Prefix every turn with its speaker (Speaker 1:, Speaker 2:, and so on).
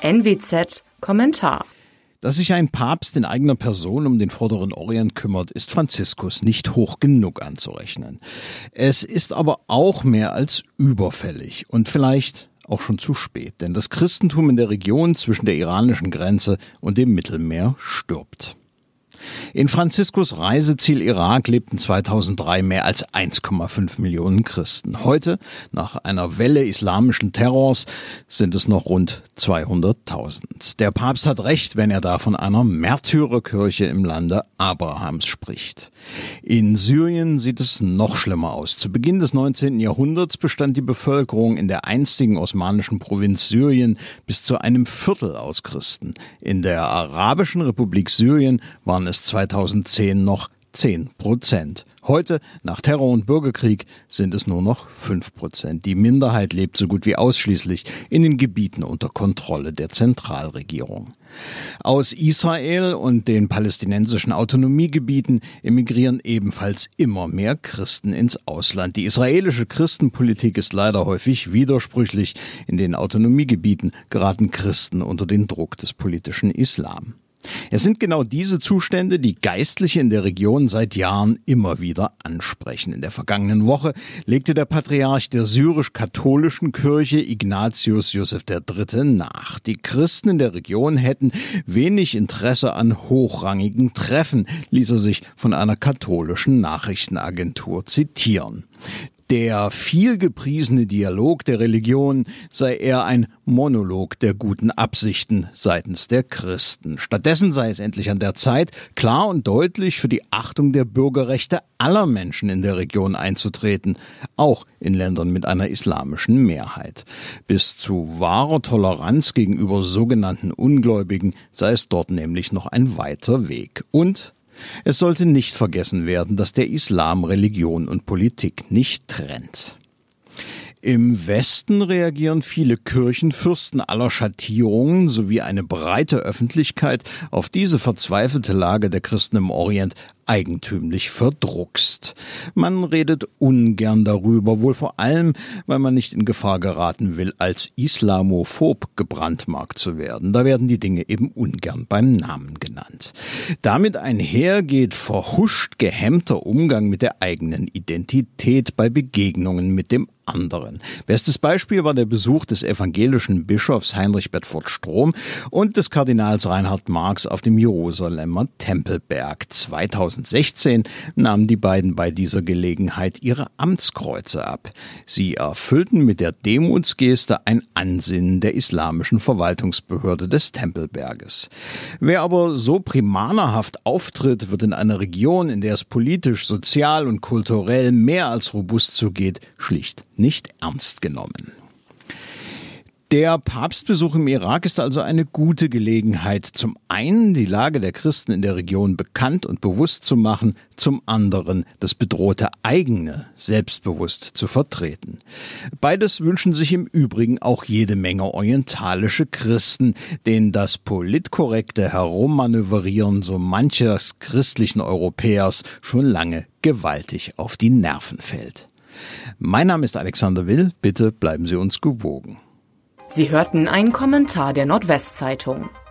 Speaker 1: NWZ Kommentar.
Speaker 2: Dass sich ein Papst in eigener Person um den Vorderen Orient kümmert, ist Franziskus nicht hoch genug anzurechnen. Es ist aber auch mehr als überfällig und vielleicht auch schon zu spät, denn das Christentum in der Region zwischen der iranischen Grenze und dem Mittelmeer stirbt. In Franziskus Reiseziel Irak lebten 2003 mehr als 1,5 Millionen Christen. Heute, nach einer Welle islamischen Terrors, sind es noch rund 200.000. Der Papst hat recht, wenn er da von einer Märtyrerkirche im Lande Abrahams spricht. In Syrien sieht es noch schlimmer aus. Zu Beginn des 19. Jahrhunderts bestand die Bevölkerung in der einstigen osmanischen Provinz Syrien bis zu einem Viertel aus Christen. In der Arabischen Republik Syrien waren es 2010 noch 10%. Heute, nach Terror und Bürgerkrieg, sind es nur noch 5%. Die Minderheit lebt so gut wie ausschließlich in den Gebieten unter Kontrolle der Zentralregierung. Aus Israel und den palästinensischen Autonomiegebieten emigrieren ebenfalls immer mehr Christen ins Ausland. Die israelische Christenpolitik ist leider häufig widersprüchlich. In den Autonomiegebieten geraten Christen unter den Druck des politischen Islam. Es sind genau diese Zustände, die Geistliche in der Region seit Jahren immer wieder ansprechen. In der vergangenen Woche legte der Patriarch der syrisch-katholischen Kirche Ignatius Joseph III. Nach. Die Christen in der Region hätten wenig Interesse an hochrangigen Treffen, ließ er sich von einer katholischen Nachrichtenagentur zitieren. Der viel gepriesene Dialog der Religion sei eher ein Monolog der guten Absichten seitens der Christen. Stattdessen sei es endlich an der Zeit, klar und deutlich für die Achtung der Bürgerrechte aller Menschen in der Region einzutreten, auch in Ländern mit einer islamischen Mehrheit. Bis zu wahrer Toleranz gegenüber sogenannten Ungläubigen sei es dort nämlich noch ein weiter Weg. Und es sollte nicht vergessen werden, dass der Islam Religion und Politik nicht trennt. Im Westen reagieren viele Kirchenfürsten aller Schattierungen sowie eine breite Öffentlichkeit auf diese verzweifelte Lage der Christen im Orient eigentümlich verdruckst. Man redet ungern darüber, wohl vor allem, weil man nicht in Gefahr geraten will, als islamophob gebrandmarkt zu werden. Da werden die Dinge eben ungern beim Namen genannt. Damit einher geht verhuscht gehemmter Umgang mit der eigenen Identität bei Begegnungen mit dem anderen. Bestes Beispiel war der Besuch des evangelischen Bischofs Heinrich Bedford Strom und des Kardinals Reinhard Marx auf dem Jerusalemer Tempelberg. 2016 nahmen die beiden bei dieser Gelegenheit ihre Amtskreuze ab. Sie erfüllten mit der Demutsgeste ein Ansinnen der islamischen Verwaltungsbehörde des Tempelberges. Wer aber so primanerhaft auftritt, wird in einer Region, in der es politisch, sozial und kulturell mehr als robust zugeht, schlicht nicht ernst genommen. Der Papstbesuch im Irak ist also eine gute Gelegenheit, zum einen die Lage der Christen in der Region bekannt und bewusst zu machen, zum anderen das bedrohte eigene selbstbewusst zu vertreten. Beides wünschen sich im Übrigen auch jede Menge orientalische Christen, denen das politkorrekte Herummanövrieren so manches christlichen Europäers schon lange gewaltig auf die Nerven fällt. Mein Name ist Alexander Will, bitte bleiben Sie uns gewogen.
Speaker 1: Sie hörten einen Kommentar der Nordwestzeitung.